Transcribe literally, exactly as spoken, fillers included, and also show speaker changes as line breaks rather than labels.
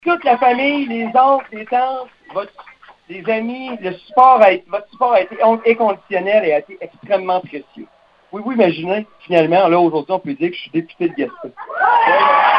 toute la famille, les oncles, les tantes, votre, les amis, le support a été, votre support a été inconditionnel et a été extrêmement précieux. Oui, vous imaginez, finalement, là, aujourd'hui, on peut dire que je suis député de Gaspé.